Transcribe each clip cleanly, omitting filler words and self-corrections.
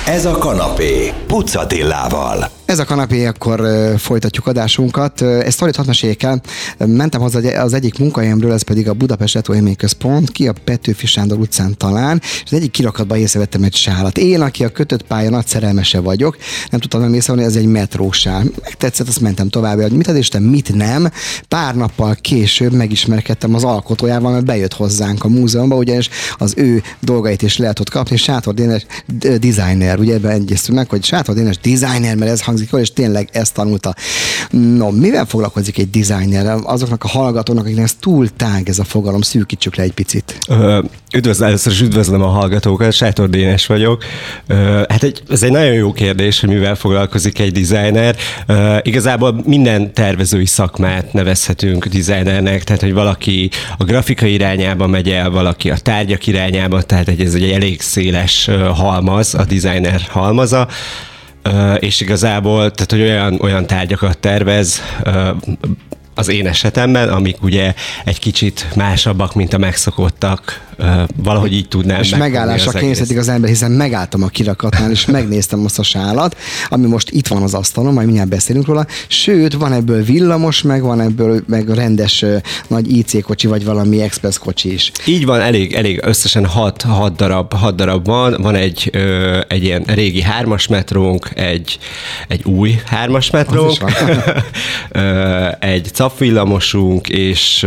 Ez a kanapé Puc Attilával. Ez a kanapé, akkor folytatjuk adásunkat. Ezt sztorit hadd meséljék el. Mentem haza az egyik munkahelyemről, ez pedig a Budapest Retro Élményközpont, ki a Petőfi Sándor utcán talán, és az egyik kirakatban észrevettem egy sálat. Én, aki a kötött pálya nagy szerelmese vagyok, nem tudtam nem észrevenni, ez egy metrósál. Megtetszett, azt mentem tovább, hogy mit ad Isten, mit nem. Pár nappal később megismerkedtem az alkotójával, mert bejött hozzánk a múzeumba, ugyanis az ő dolgait is lehet ott kapni. Sátor Dénes designer, ugye ebben egyeztünk meg, hogy Sátor Dénes designer, mert ez hangzik, és tényleg ezt tanulta. No, mivel foglalkozik egy designer? Azoknak a hallgatónak, akiknek ez túl tág ez a fogalom, szűkítsük le egy picit. Először is üdvözlöm a hallgatókat, Sátor Dénes vagyok. Ez egy nagyon jó kérdés, hogy mivel foglalkozik egy designer. Igazából minden tervezői szakmát nevezhetünk designernek, tehát hogy valaki a grafika irányába megy el, valaki a tárgyak irányába, tehát ez egy elég széles halmaz, a designer halmaza. És igazából, tehát hogy olyan tárgyakat tervez, az én esetemben, amik ugye egy kicsit másabbak, mint a megszokottak, valahogy így tudnám. És megállásra kényszerítik az ember, hiszen megálltam a kirakatnál, és megnéztem azt a sálat, ami most itt van az asztalon, majd mindjárt beszélünk róla. Sőt, van ebből villamos, meg van ebből meg rendes nagy IC kocsi, vagy valami express kocsi is. Így van, elég összesen 6 darab van egy ilyen régi 3-as metrónk, egy új 3-as metrónk, egy capvillamosunk, és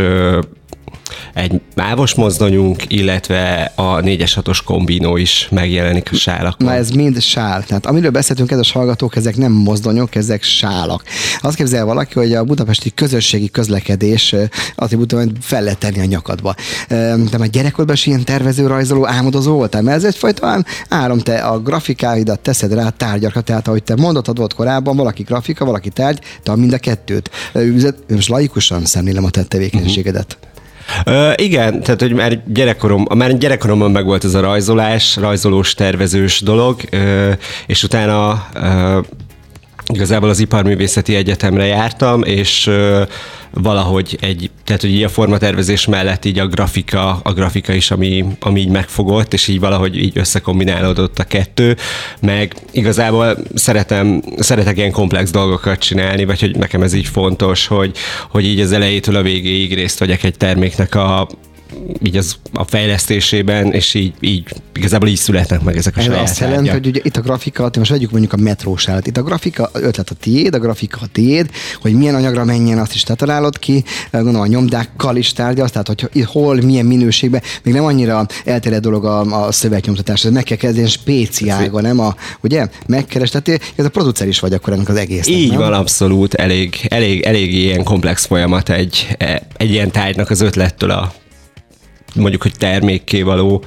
egy mávos mozdonyunk, illetve a 4-6-os kombinó is megjelenik a sálakon. Na ez mind sál. Tehát amiről beszéltünk, kedves hallgatók, ezek nem mozdonyok, ezek sálak. Azt képzel valaki, hogy a budapesti közösségi közlekedés attribútumát fel lehet tenni a nyakadba. De már gyerekkorodban is ilyen tervező, rajzoló, álmodozó voltál, mert ez egyfajta álom, te a grafikáidat teszed rá tárgyakra, tehát ahogy te mondottad volt korábban, valaki grafika, valaki tárgy, te mind a kettőt. Most laikusan szemlélem a te tevékenységedet. Igen, tehát hogy már gyerekkoromban megvolt ez a rajzolós, tervezős dolog, és utána igazából az Iparművészeti Egyetemre jártam, és valahogy tehát hogy így a formatervezés mellett így a grafika is, ami így megfogott, és így valahogy így összekombinálódott a kettő, meg igazából szeretek ilyen komplex dolgokat csinálni, vagy hogy nekem ez így fontos, hogy így az elejétől a végéig részt vegyek egy terméknek a fejlesztésében, és így igazából így születnek meg ezek a saját Azt jelenti, hogy ugye itt a grafika, most vegyük mondjuk a metrósálat, itt a grafika ötlet a tiéd, a grafika a tiéd, hogy milyen anyagra menjen, azt is te találod ki, gondolom a nyomdákkal is tárgyalsz, tehát hogy hol, milyen minőségben, még nem annyira elterjedt dolog a szövegnyomtatás, ez meg kell kezdeni spéciálga, nem ugye? Megkerestettél, ez a producer is vagy akkor ennek az egésznek. Így nem? van, abszolút, elég ilyen komplex folyamat egy ilyen tárgynak az ötlettől mondjuk, hogy termékké való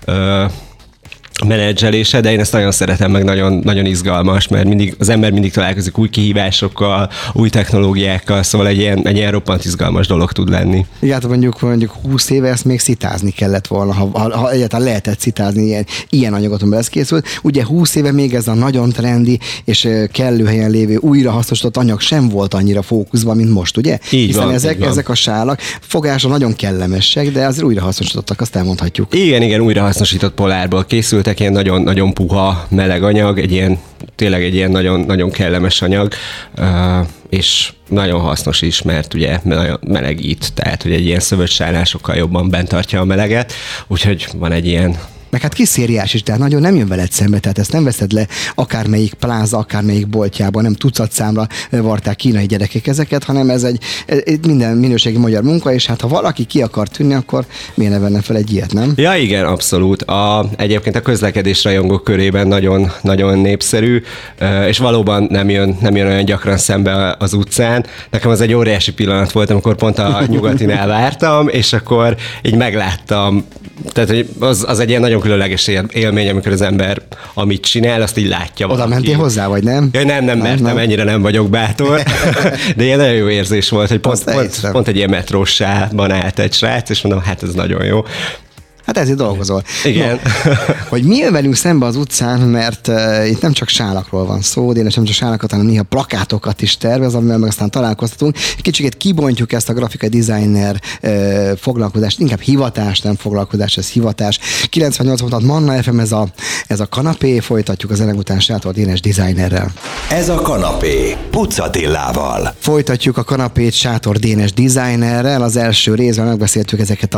menedzselése, de én ezt nagyon szeretem, meg nagyon, nagyon izgalmas, mert az ember mindig találkozik új kihívásokkal, új technológiákkal, szóval egy ilyen roppant izgalmas dolog tud lenni. Igen, mondjuk 20 éve ezt még szitázni kellett volna, ha egyáltalán lehetett szitázni ilyen anyagot, amiben ez készült. Ugye 20 éve még ez a nagyon trendi és kellő helyen lévő újrahasznosított anyag sem volt annyira fókuszban, mint most, ugye? Így hiszen van, ezek a sálak fogásra nagyon kellemesek, de azért újrahasznosítottak, azt elmondhatjuk. Igen, újrahasznosított polárból készültek, ilyen nagyon, nagyon puha, meleg anyag, tényleg egy ilyen nagyon, nagyon kellemes anyag, és nagyon hasznos is, mert ugye nagyon melegít, tehát hogy egy ilyen szövössálnál sokkal jobban bent tartja a meleget, úgyhogy van egy ilyen. Meg hát kiszériás is, tehát nagyon nem jön veled szembe, tehát ezt nem veszed le akármelyik pláza, akármelyik boltjában, nem tucatszámra varták kínai gyerekek ezeket, hanem ez egy minden minőségi magyar munka, és hát ha valaki ki akar tűnni, akkor miért ne venne fel egy ilyet, nem? Ja, igen, abszolút. Egyébként a közlekedés rajongók körében nagyon, nagyon népszerű, és valóban nem jön olyan gyakran szembe az utcán. Nekem az egy óriási pillanat volt, amikor pont a Nyugatinál vártam, és akkor így megláttam, tehát hogy az egy ilyen nagyon különleges élmény, amikor az ember, amit csinál, azt így látja valaki. Oda mentél hozzá, vagy nem? Ja, nem, ennyire nem vagyok bátor, de ilyen nagyon jó érzés volt, hogy pont egy ilyen metrósában állt egy srác, és mondom, hát ez nagyon jó. Hát ezért dolgozol. Igen. No, hogy mi jön velünk szembe az utcán, mert itt nem csak sálakról van szó, Dénes nem csak sálakat, hanem néha plakátokat is tervez, amivel meg aztán találkoztatunk. Kicsit kibontjuk ezt a grafikai designer foglalkozást, inkább hivatás, nem foglalkozás, ez hivatás. 98 pontot Manna FM, ez a kanapé, folytatjuk az ennek után Sátor Dénes designerrel. Ez a kanapé Puc Attilával. Folytatjuk a kanapét Sátor Dénes designerrel. Az első részben megbeszéltük ezeket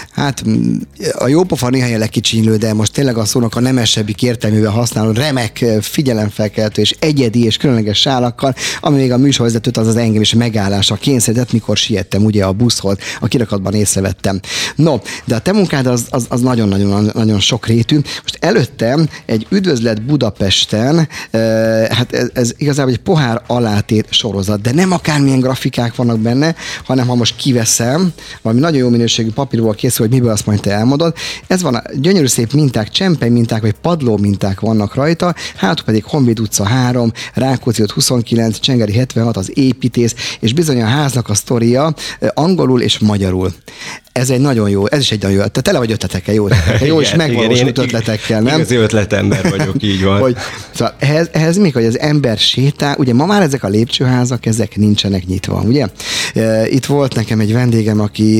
a jópofa néha lekicsinylő, de most tényleg a szónak a nemesebbik értelművel használó remek, figyelemfelkeltő és egyedi és különleges sálakkal, ami még a műsorvezetőt az engem is megállásra kényszerített, mikor siettem ugye a buszhoz, a kirakatban észrevettem. No, de a te munkád az nagyon-nagyon sokrétű. Most előttem egy Üdvözlet Budapesten, hát ez igazából egy pohár alátét sorozat, de nem akármilyen grafikák vannak benne, hanem ha most kiveszem, valami nagyon jó minőségű papírból készül, hogy miből azt majd te elmondod. Ez van, a gyönyörű szép minták, csempely minták, vagy padló minták vannak rajta, hátul pedig Honvéd utca 3, Rákóczi út 29, Csengeri 76, az építész, és bizony a háznak a sztoria angolul és magyarul. Ez egy nagyon jó, ez is egy nagyon jó, te tele vagy ötletekkel, jó és megvalósult ötletekkel, nem? Igazi ötletember vagyok, így van. Szóval ehhez még, hogy az ember sétál, ugye ma már ezek a lépcsőházak, ezek nincsenek nyitva, ugye? Itt volt nekem egy vendégem, aki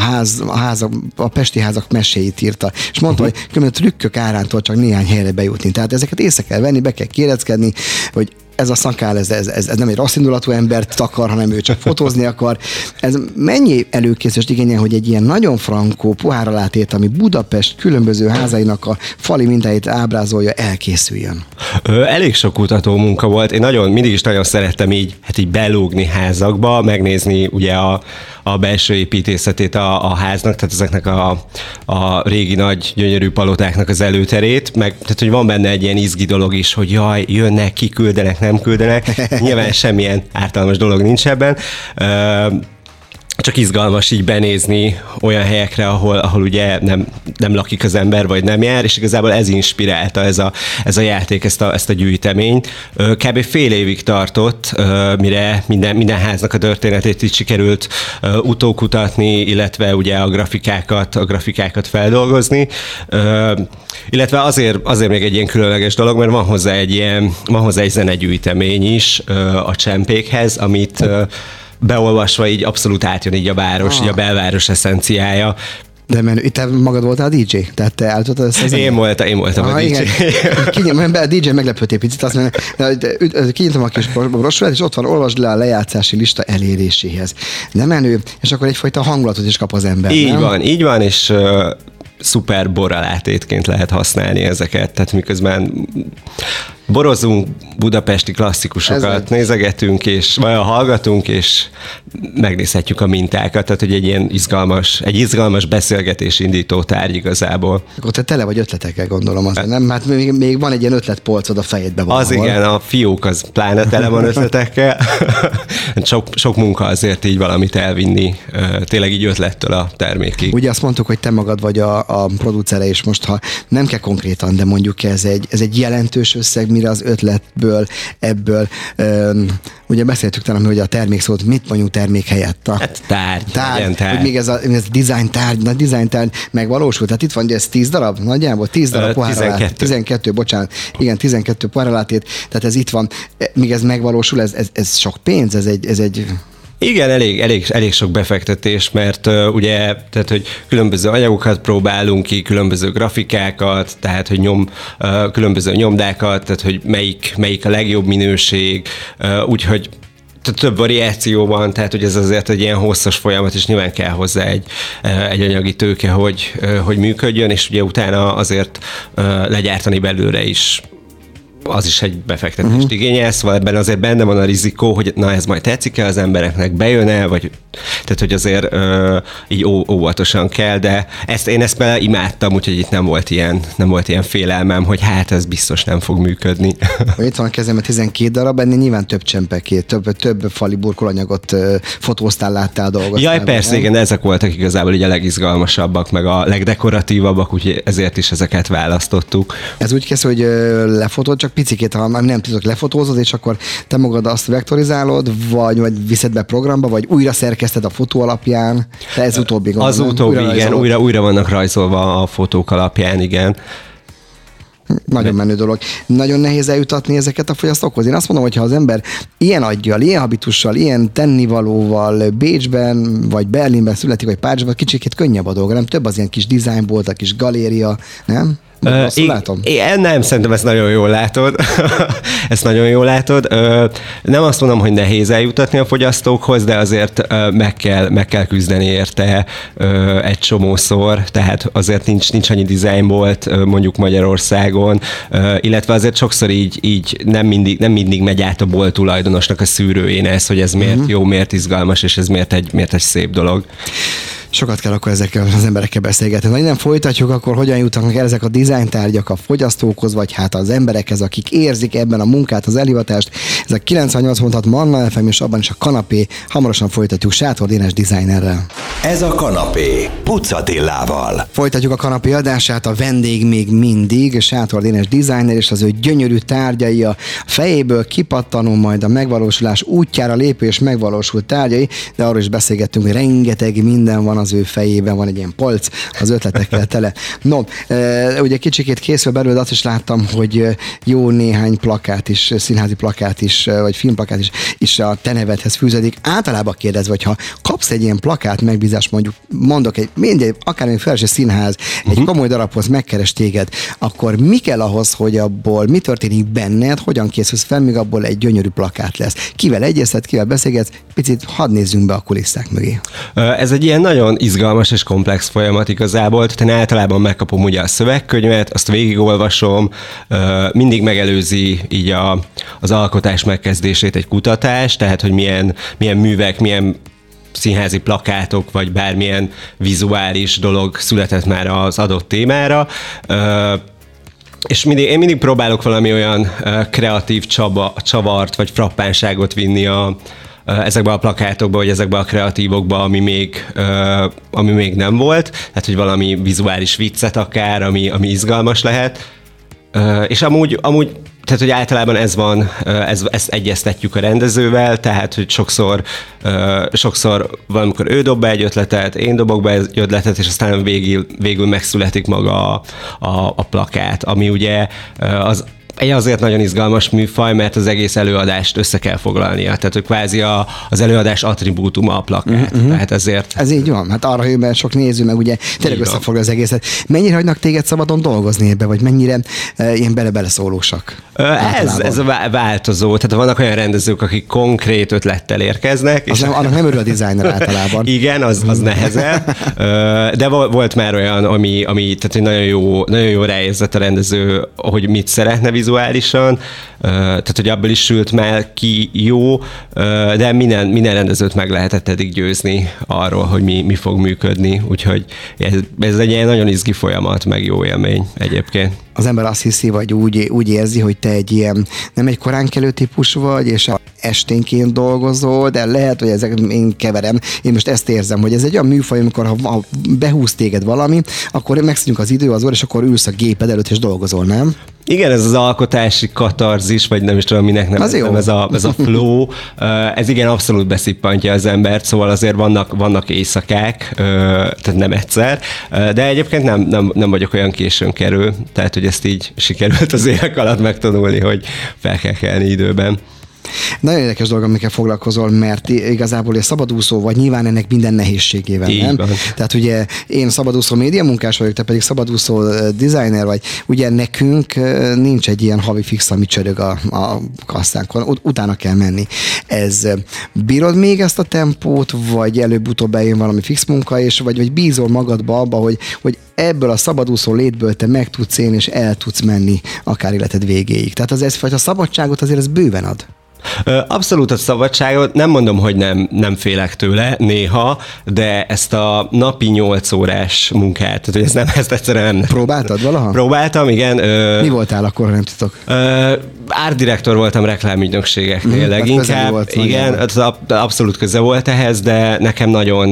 a pesti házak meséit írta, és mondta, hogy különböző trükkök árántól csak néhány helyre bejutni. Tehát ezeket észre kell venni, be kell kéreckedni, hogy ez a szakál, ez nem egy rossz indulatú embert akar, hanem ő csak fotózni akar. Ez mennyi előkészítést igényel, hogy egy ilyen nagyon frankó poháralátét, ami Budapest különböző házainak a fali mintáit ábrázolja, elkészüljön? Elég sok kutató munka volt. Én mindig is nagyon szerettem így belógni házakba, megnézni ugye a belső építészetét a háznak, tehát ezeknek a régi nagy gyönyörű palotáknak az előterét, tehát hogy van benne egy ilyen izgi dolog is, hogy jaj, jönnek, kiküldenek, nem küldenek. Nyilván semmilyen ártalmas dolog nincs ebben. Csak izgalmas így benézni olyan helyekre, ahol ugye nem lakik az ember, vagy nem jár, és igazából ez inspirálta ez a játék, ezt a gyűjteményt. Kb. Fél évig tartott, mire minden háznak a történetét így sikerült utókutatni, illetve ugye a grafikákat feldolgozni. Illetve azért még egy ilyen különleges dolog, mert van hozzá egy zenegyűjtemény is a csempékhez, amit beolvasva így abszolút átjön így a város, így a belváros eszenciája. De te magad voltál a DJ? Tehát te állítottad ezt? Én voltam a DJ. Kinyomom be, a DJ meglepődtél picit, azt mondja, kinyitom a kis brosúrát, és ott van, olvasd le a lejátszási lista eléréséhez. Nem menő, és akkor egyfajta hangulatot is kap az ember. Így van, és szuper boralátétként lehet használni ezeket, tehát miközben borozunk, budapesti klasszikusokat nézegetünk, vagy hallgatunk, és megnézhetjük a mintákat, tehát hogy egy ilyen izgalmas beszélgetés indító tárgy igazából. Akkor te tele vagy ötletekkel, gondolom, azért, nem? Hát még van egy ilyen ötletpolcod a fejedbe valahol. Az igen, a fiók az pláne tele van ötletekkel. Sok munka azért így valamit elvinni, tényleg így ötlettől a termékig. Ugye azt mondtuk, hogy te magad vagy a producere, és most ha nem kell konkrétan, de mondjuk ez egy jelentős összeg, mire az ötletből, ebből, ugye beszéltük talán, hogy a termékszót mit mondjuk termék helyett? Hát tárgy. Hogy még ez design tárgy megvalósult. Tehát itt van, hogy ez 10 darab, nagyjából 10 darab poháralát. 12, bocsánat. Igen, 12 poháralátét, tehát ez itt van. Míg ez megvalósul, ez sok pénz, ez egy igen, elég sok befektetés, mert ugye, tehát, hogy különböző anyagokat próbálunk ki, különböző grafikákat, tehát, hogy különböző nyomdákat, tehát, hogy melyik a legjobb minőség, úgyhogy több variáció van, tehát, hogy ez azért egy ilyen hosszas folyamat, és nyilván kell hozzá egy anyagi tőke, hogy működjön, és ugye utána azért legyártani belőle is az is egy befektetést igényel, szóval ebben azért benne van a rizikó, hogy na ez majd tetszik-e az embereknek, bejön-e, vagy tehát, hogy azért így óvatosan kell, de én ezt bele imádtam, úgyhogy itt nem volt ilyen félelmem, hogy hát ez biztos nem fog működni. Itt van a kezemben 12 darab, ennél nyilván több csempekét, több fali burkolanyagot fotóztál, láttál, dolgoztál. Jaj, persze, igen, ezek voltak igazából így a legizgalmasabbak, meg a legdekoratívabbak, úgyhogy ezért is ezeket választottuk. Ez úgy kezd, hogy lefotód, csak picikét, ha nem tudok, lefotózod, és akkor te magad azt vektorizálod, vagy viszed be programba, vagy újra szerkeszted a fotó alapján. De ez utóbbi gond. Az utóbbi, igen, újra vannak rajzolva a fotók alapján, igen. Nagyon menő dolog. Nagyon nehéz eljutatni ezeket a fogyasztókhoz. Én azt mondom, hogy ha az ember ilyen aggyal, ilyen habitussal, ilyen tennivalóval Bécsben, vagy Berlinben születik, vagy Párizsban, kicsikét könnyebb a dolga, nem? Több az ilyen kis designbolt, a kis galéria, nem? Látom? Nem, szerintem ezt nagyon jól látod. Ezt nagyon jól látod. Nem azt mondom, hogy nehéz eljutatni a fogyasztókhoz, de azért meg kell küzdeni érte egy csomószor, tehát azért nincs annyi designbolt mondjuk Magyarországon, illetve azért sokszor így nem mindig megy át a bolt tulajdonosnak a szűrőjén ez, hogy ez miért jó, miért izgalmas, és ez miért egy szép dolog. Sokat kell akkor ezekkel az emberekkel beszélgetni. Ha innen folytatjuk, akkor hogyan jutnak el ezek a dizájntárgyak a fogyasztókhoz, vagy hát az emberekhez, akik érzik ebben a munkát, az elhivatást. Ez a 98.6 Manna FM, és abban is a kanapé. Hamarosan folytatjuk Sátor Dénes designerrel. Ez a kanapé Puc Attilával. Folytatjuk a kanapé adását, a vendég még mindig Sátor Dénes designer, és az ő gyönyörű tárgyai a fejéből kipattanó, majd a megvalósulás útjára lépő és megvalósult tárgyai, de arról is beszélgettünk, hogy rengeteg minden van az ő fejében, van egy ilyen polc az ötletekkel tele. No, ugye kicsikét készül belőle, azt is láttam, hogy jó néhány plakát is, színházi plakát is, vagy filmplakát is a te nevedhez fűződik. Általában kérdezve, hogy ha kapsz egy ilyen plakát megbízást, mondok akármilyen felső színház, egy komoly darabhoz megkeres téged, akkor mi kell ahhoz, hogy abból mi történik benned, hogyan készülsz fel, míg abból egy gyönyörű plakát lesz? Kivel egyeztet, kivel beszélgetsz? Picit hadd nézzünk be a kulisszák mögé. Ez egy ilyen nagyon izgalmas és komplex folyamat igazából. Tehát én általában megkapom ugye a szövegkönyvet, azt végigolvasom, mindig megelőzi így az alkotás megkezdését egy kutatás, tehát hogy milyen művek, milyen színházi plakátok, vagy bármilyen vizuális dolog született már az adott témára. És én mindig próbálok valami olyan kreatív csavart, vagy frappánságot vinni ezekbe a plakátokba, vagy ezekbe a kreatívokba, ami még nem volt, tehát hogy valami vizuális viccet akár, ami izgalmas lehet. És amúgy tehát, hogy általában ez van, ezt egyeztetjük a rendezővel, tehát, hogy sokszor valamikor ő dob be egy ötletet, én dobok be egy ötletet, és aztán végül megszületik maga a plakát, ami ugye azért nagyon izgalmas műfaj, mert az egész előadást össze kell foglalnia. Tehát, hogy kvázi az előadás attribútuma a plakát. Tehát ezért... Ez így van. Hát arra jön, mert sok néző meg ugye tényleg összefoglalja az egészet. Mennyire hagynak téged szabadon dolgozni ebbe, vagy mennyire ilyen bele-beleszólósak? Ez változó. Tehát vannak olyan rendezők, akik konkrét ötlettel érkeznek. Annak nem örül a designer általában. Igen, az nehezebb. De volt már olyan, ami tehát, hogy nagyon jó ráérzett a rendező, hogy mit szeretne vizuálisan, tehát hogy abból is sült már ki jó, de minden rendezőt meg lehetett eddig győzni arról, hogy mi fog működni, úgyhogy ez egy ilyen nagyon izgi folyamat, meg jó élmény egyébként. Az ember azt hiszi, vagy úgy érzi, hogy te egy ilyen, nem egy koránkelő típus vagy, és esténként dolgozol, de lehet, hogy ezek én keverem. Én most ezt érzem, hogy ez egy olyan műfaj, amikor ha behúz téged valami, akkor megszűnik az idő, az óra, és akkor ülsz a géped előtt, és dolgozol, nem? Igen, ez az alkotási katarzis, vagy nem is tudom, minek nevezem, ez a flow, ez igen abszolút beszippantja az embert, szóval azért vannak éjszakák, tehát nem egyszer, de egyébként nem vagyok olyan későn kerül, tehát hogy ezt így sikerült az évek alatt megtanulni, hogy fel kell kelni időben. Nagyon érdekes dolog, amikkel foglalkozol, mert igazából egy szabadúszó vagy, nyilván ennek minden nehézségével, így nem? Van. Tehát ugye én szabadúszó médiamunkás vagyok, te pedig szabadúszó designer vagy. Ugye nekünk nincs egy ilyen havi fix, ami csörög a kasszánkon, utána kell menni. Bírod még ezt a tempót, vagy előbb-utóbb eljön valami fix munka, és vagy bízol magadba abba, hogy ebből a szabadúszó létből te meg tudsz élni, és el tudsz menni akár életed végéig. Tehát az egyfajta szabadságot azért ez bőven ad. Abszolút a szabadságot, nem mondom, hogy nem félek tőle néha, de ezt a napi 8 órás munkát, tehát ezt egyszerűen nem... Próbáltad valaha? Próbáltam, igen. Mi voltál akkor, nem tudok? Ártdirektor voltam reklámügynökségeknél leginkább. Volt, igen, abszolút köze volt ehhez, de nekem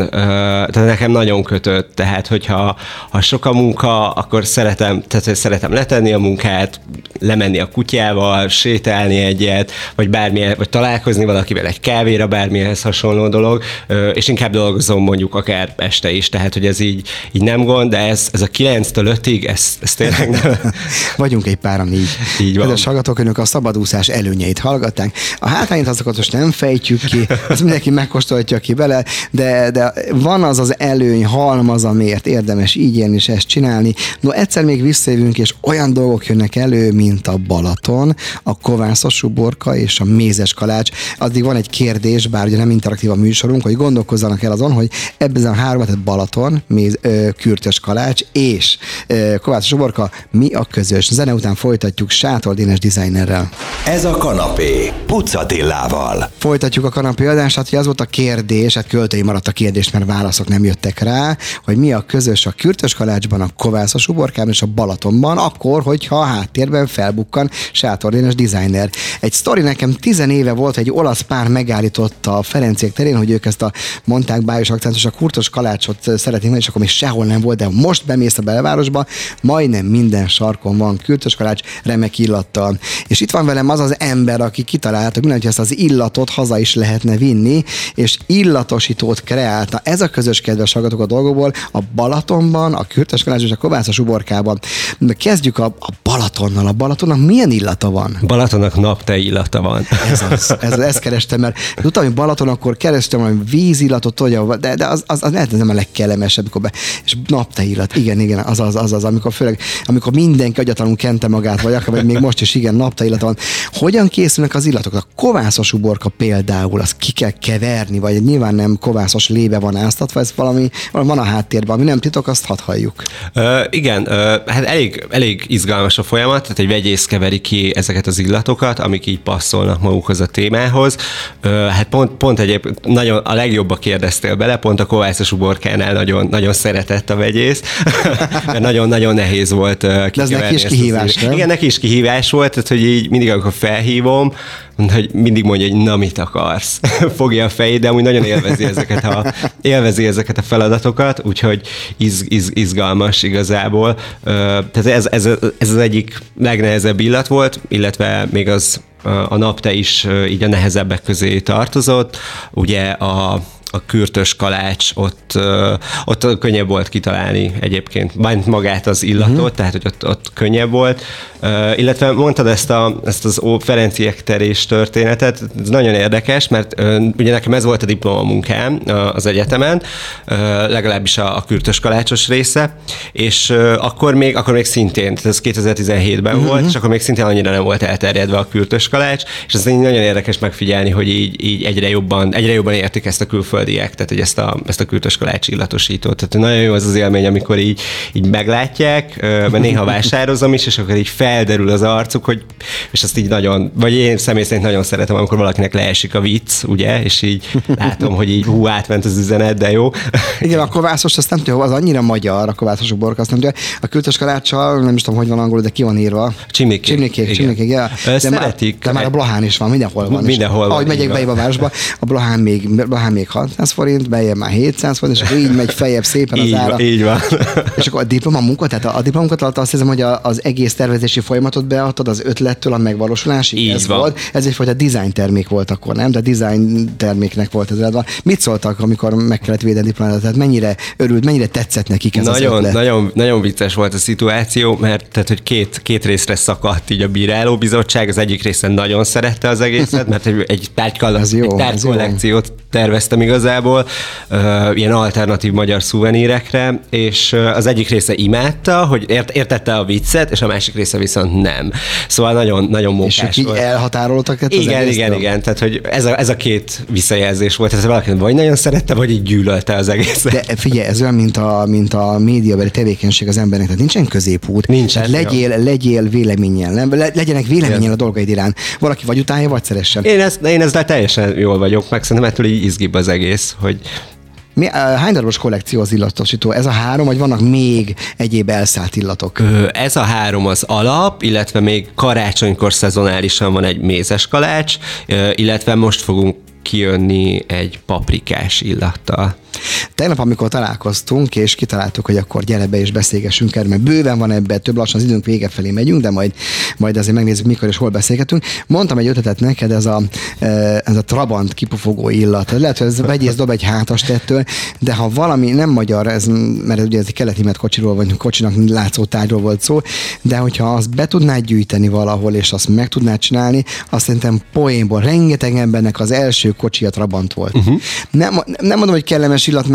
nagyon kötött. Tehát, hogyha sok a munka, akkor szeretem letenni a munkát, lemenni a kutyával, sétálni egyet, vagy találkozni valakivel egy kávéra, bármilyenhez hasonló dolog, és inkább dolgozom mondjuk akár este is, tehát, hogy ez így nem gond, de ez a 9-től 5-ig, ez tényleg nem. Vagyunk egy páran így. Így van. Kedves hallgatók, önök a szabadúszás előnyeit hallgatták. A hátrányait azokat most nem fejtjük ki, azt mindenki megkóstolhatja ki bele, de van az az előny, halmaz, amiért érdemes így élni és ezt csinálni. No, egyszer még visszajövünk, és olyan dolgok jönnek elő, mint a Balaton, a kovászos uborka és a mézes kalács. Addig van egy kérdés, bár ugye nem interaktív a műsorunk, hogy gondolkozzanak el azon, hogy ebben a három, tehát Balaton, kürtös kalács és kovászos uborka, mi a közös? Zene után folytatjuk Sátor Dénes designerrel. Ez a kanapé Pucatillával. Folytatjuk a kanapé adását, hogy az volt a kérdés, hát költői maradt a kérdés, mert válaszok nem jöttek rá, hogy mi a közös a kürtös kalácsban, a kovászos uborkában és a Balatonban, akkor, hogyha a háttérben felbukkan Sátor Dénes designer. Egy sztori nekem 10 éve volt, egy olasz pár megállította a Ferenciek terén, hogy ők ezt mondták bájos akcentus, a kürtös kalácsot szeretnék, és akkor még sehol nem volt, de most bemész a belvárosba, majdnem minden sarkon van kürtös kalács, remek illattal. És itt van velem az az ember, aki kitalálta, hogy ezt az illatot haza is lehetne vinni, és illatosítót kreálta. Ez a közös, kedves hallgatók, a dolgokból a Balatonban, a kürtös kalács és a kovászos uborkában. Kezdjük a Balatonnal. A Balatonnak milyen illata van? Balatonnak napte illata van. Ezt kerestem, mert tudtam, hogy Balaton, akkor kerestem valami vízillatot, de az nem a legkellemesebb, és napte illat. Igen, az, amikor mindenki agyatlanul kente magát, vagy még most is, igen, napte illata van. Hogyan készülnek az illatok? A kovászos uborka például, azt ki kell keverni, vagy nyilván nem kovászos lébe van áztatva, ez valami van a háttérben, ami nem titok, azt hadd halljuk. Igen, hát elég izgalmas a folyamat, tehát egy vegyész keveri ki ezeket az illatokat, amik így passzolnak magukhoz a témához. Hát pont egyébként nagyon a legjobba kérdeztél bele, pont a kovászos uborkánál nagyon szeretett a vegyész, mert nagyon nehéz volt kikeverni. De ez neki is kihívás, nem? Igen, neki is kihívás volt, tehát hogy így mindig, amikor felhívom, hogy mindig mondja, hogy na, mit akarsz? Fogja a fejét, de amúgy nagyon élvezi ezeket a feladatokat, úgyhogy izgalmas igazából. Tehát ez az egyik legnehezebb illat volt, illetve még a napte is így a nehezebbek közé tartozott. Ugye a kürtös kalács, ott könnyebb volt kitalálni egyébként magát az illatot, tehát hogy ott könnyebb volt. Illetve mondtad ezt az Ferenciek terés történetet, ez nagyon érdekes, mert ugye nekem ez volt a diplomamunkám az egyetemen, legalábbis a kürtös kalácsos része, és akkor még szintén, tehát ez 2017-ben volt, és akkor még szintén annyira nem volt elterjedve a kürtös kalács, és ez nagyon érdekes megfigyelni, hogy így egyre jobban értik ezt a külföldiek, tehát hogy ezt a kürtös kalács illatosítót. Tehát nagyon jó az élmény, amikor így meglátják, mert néha vásározom is, és akkor így felderül az arcuk, és azt így vagy én személy szerint nagyon szeretem, amikor valakinek leesik a vicc, ugye, és így látom, hogy így átment az üzenet, de jó. Igen, a kovászos, azt nem tudom, az annyira magyar, a kovászos uborka, azt nem tudom, a kürtös kaláccsal, nem is tudom, hogy van angolul, de ki van írva. Csimnikék, ja. Szeretik. De már a Blahán is van, mindenhol van. Mindenhol van. Ahogy megyek bejebb a városba, a Blahán még 600 forint, bejebb már 700 forint, és akkor így megy feljebb szépen az ára. Így van. És akkor a diplomamunka, tehát a diplomamunkat alatt azt hiszem, hogy az egész tervezési folyamatot beadtad az ötlettől a megvalósulásig. Így ez van. Volt. Ez egyfajta design termék volt akkor, nem? De design terméknek volt ez. Mit szóltak, amikor meg kellett védeni diplomát? Tehát mennyire örült, mennyire tetszett nekik ez az ötlet? Nagyon vicces volt a szituáció, mert tehát, hogy két részre szakadt így a bírálóbizottság, az egyik részen nagyon szerette az egészet, mert egy tárgykollekciót terveztem igazából, igazából, ilyen alternatív magyar szuvenírekre, és az egyik része imádta, hogy értette a viccet, és a másik része viszont nem. Szóval nagyon, nagyon mókás és így volt. Elhatároltak? Igen, tehát hogy ez a két visszajelzés volt, tehát valaki vagy nagyon szerette, vagy így gyűlölte az egészet. De figyelj, ez olyan, mint a médiabeli tevékenység az embernek, tehát nincsen középút. Nincsen. Legyél véleménnyel, nem? Legyenek véleménnyel a dolgaid iránt. Valaki vagy utálja, vagy szeressen. Én ezzel teljesen jól vagyok, meg szerintem ettől így izgibb az egész, hogy hány darabos kollekció az illatosító? Ez a 3, vagy vannak még egyéb elszállt illatok? Ez a 3 az alap, illetve még karácsonykor szezonálisan van egy mézes kalács, illetve most fogunk kijönni egy paprikás illattal. Tegnap, amikor találkoztunk, és kitaláltuk, hogy akkor gyere be és beszélgessünk erről, mert bőven van ebben, több lassan az időnk vége felé megyünk, de majd azért megnézzük, mikor és hol beszélgetünk. Mondtam egy ötletet neked, ez a Trabant kipufogó illat. Lehet, hogy ez vegyész dob egy hátast ettől, de ha valami nem magyar, mert ugye ez egy keleti kocsiról, vagy kocsinak látszó tárgyról volt szó, de hogyha azt be tudnád gyűjteni valahol, és azt meg tudnád csinálni, azt szerintem poénból rengeteg embernek az első kocsi a Trabant volt. Nem mondom, hogy kellemes illat,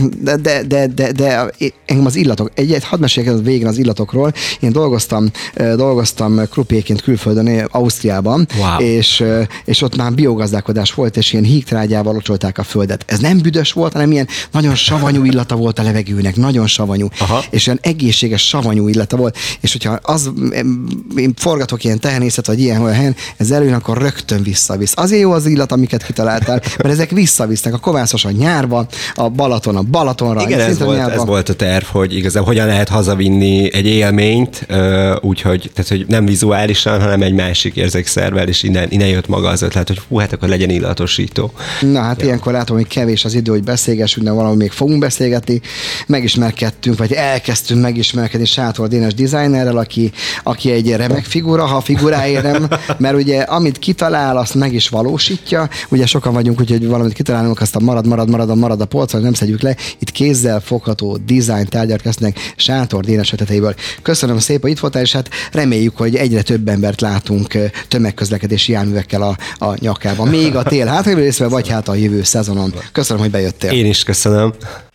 de engem az illatok, hadd meséljek el végén az illatokról. Én dolgoztam krupéként külföldön, Ausztriában, wow. és ott már biogazdálkodás volt, és ilyen hígtrágyával locsolták a földet. Ez nem büdös volt, hanem ilyen nagyon savanyú illata volt a levegőnek, nagyon savanyú. Aha. És olyan egészséges savanyú illata volt, és hogyha én forgatok ilyen tehenészet, vagy ilyen olyan helyen, ez előjön, akkor rögtön visszavisz. Azért jó az illat, amiket kitaláltál, mert ezek visszavisznek. A kovászos a nyárba, a Balatonra. Igen, ez volt a terv, hogy igazából hogyan lehet hazavinni egy élményt, úgyhogy tehát, hogy nem vizuálisan, hanem egy másik érzékszervel, és innen jött maga az ötlet, hogy hát akkor legyen illatosító. Na hát ilyenkor látom, hogy kevés az idő, hogy beszélgessünk, de valahol még fogunk beszélgetni. Megismerkedtünk, vagy elkezdtünk megismerkedni Sátor Dénes designerrel, aki egy remek figura, ha figuráért nem, mert ugye amit kitalál, azt meg is valósítja. Ugye sokan vagyunk, úgyhogy valamit kitalálunk, aztán marad a polcon, nem szedjük le. Itt kézzel fogható design tárgyat kezdnek Sátor Dénes ötleteiből. Köszönöm szépen, hogy itt voltál, és hát reméljük, hogy egyre több embert látunk tömegközlekedési járművekkel a nyakában. Még a tél hátralévő részben, vagy hát a jövő szezonon. Köszönöm, hogy bejöttél. Én is köszönöm.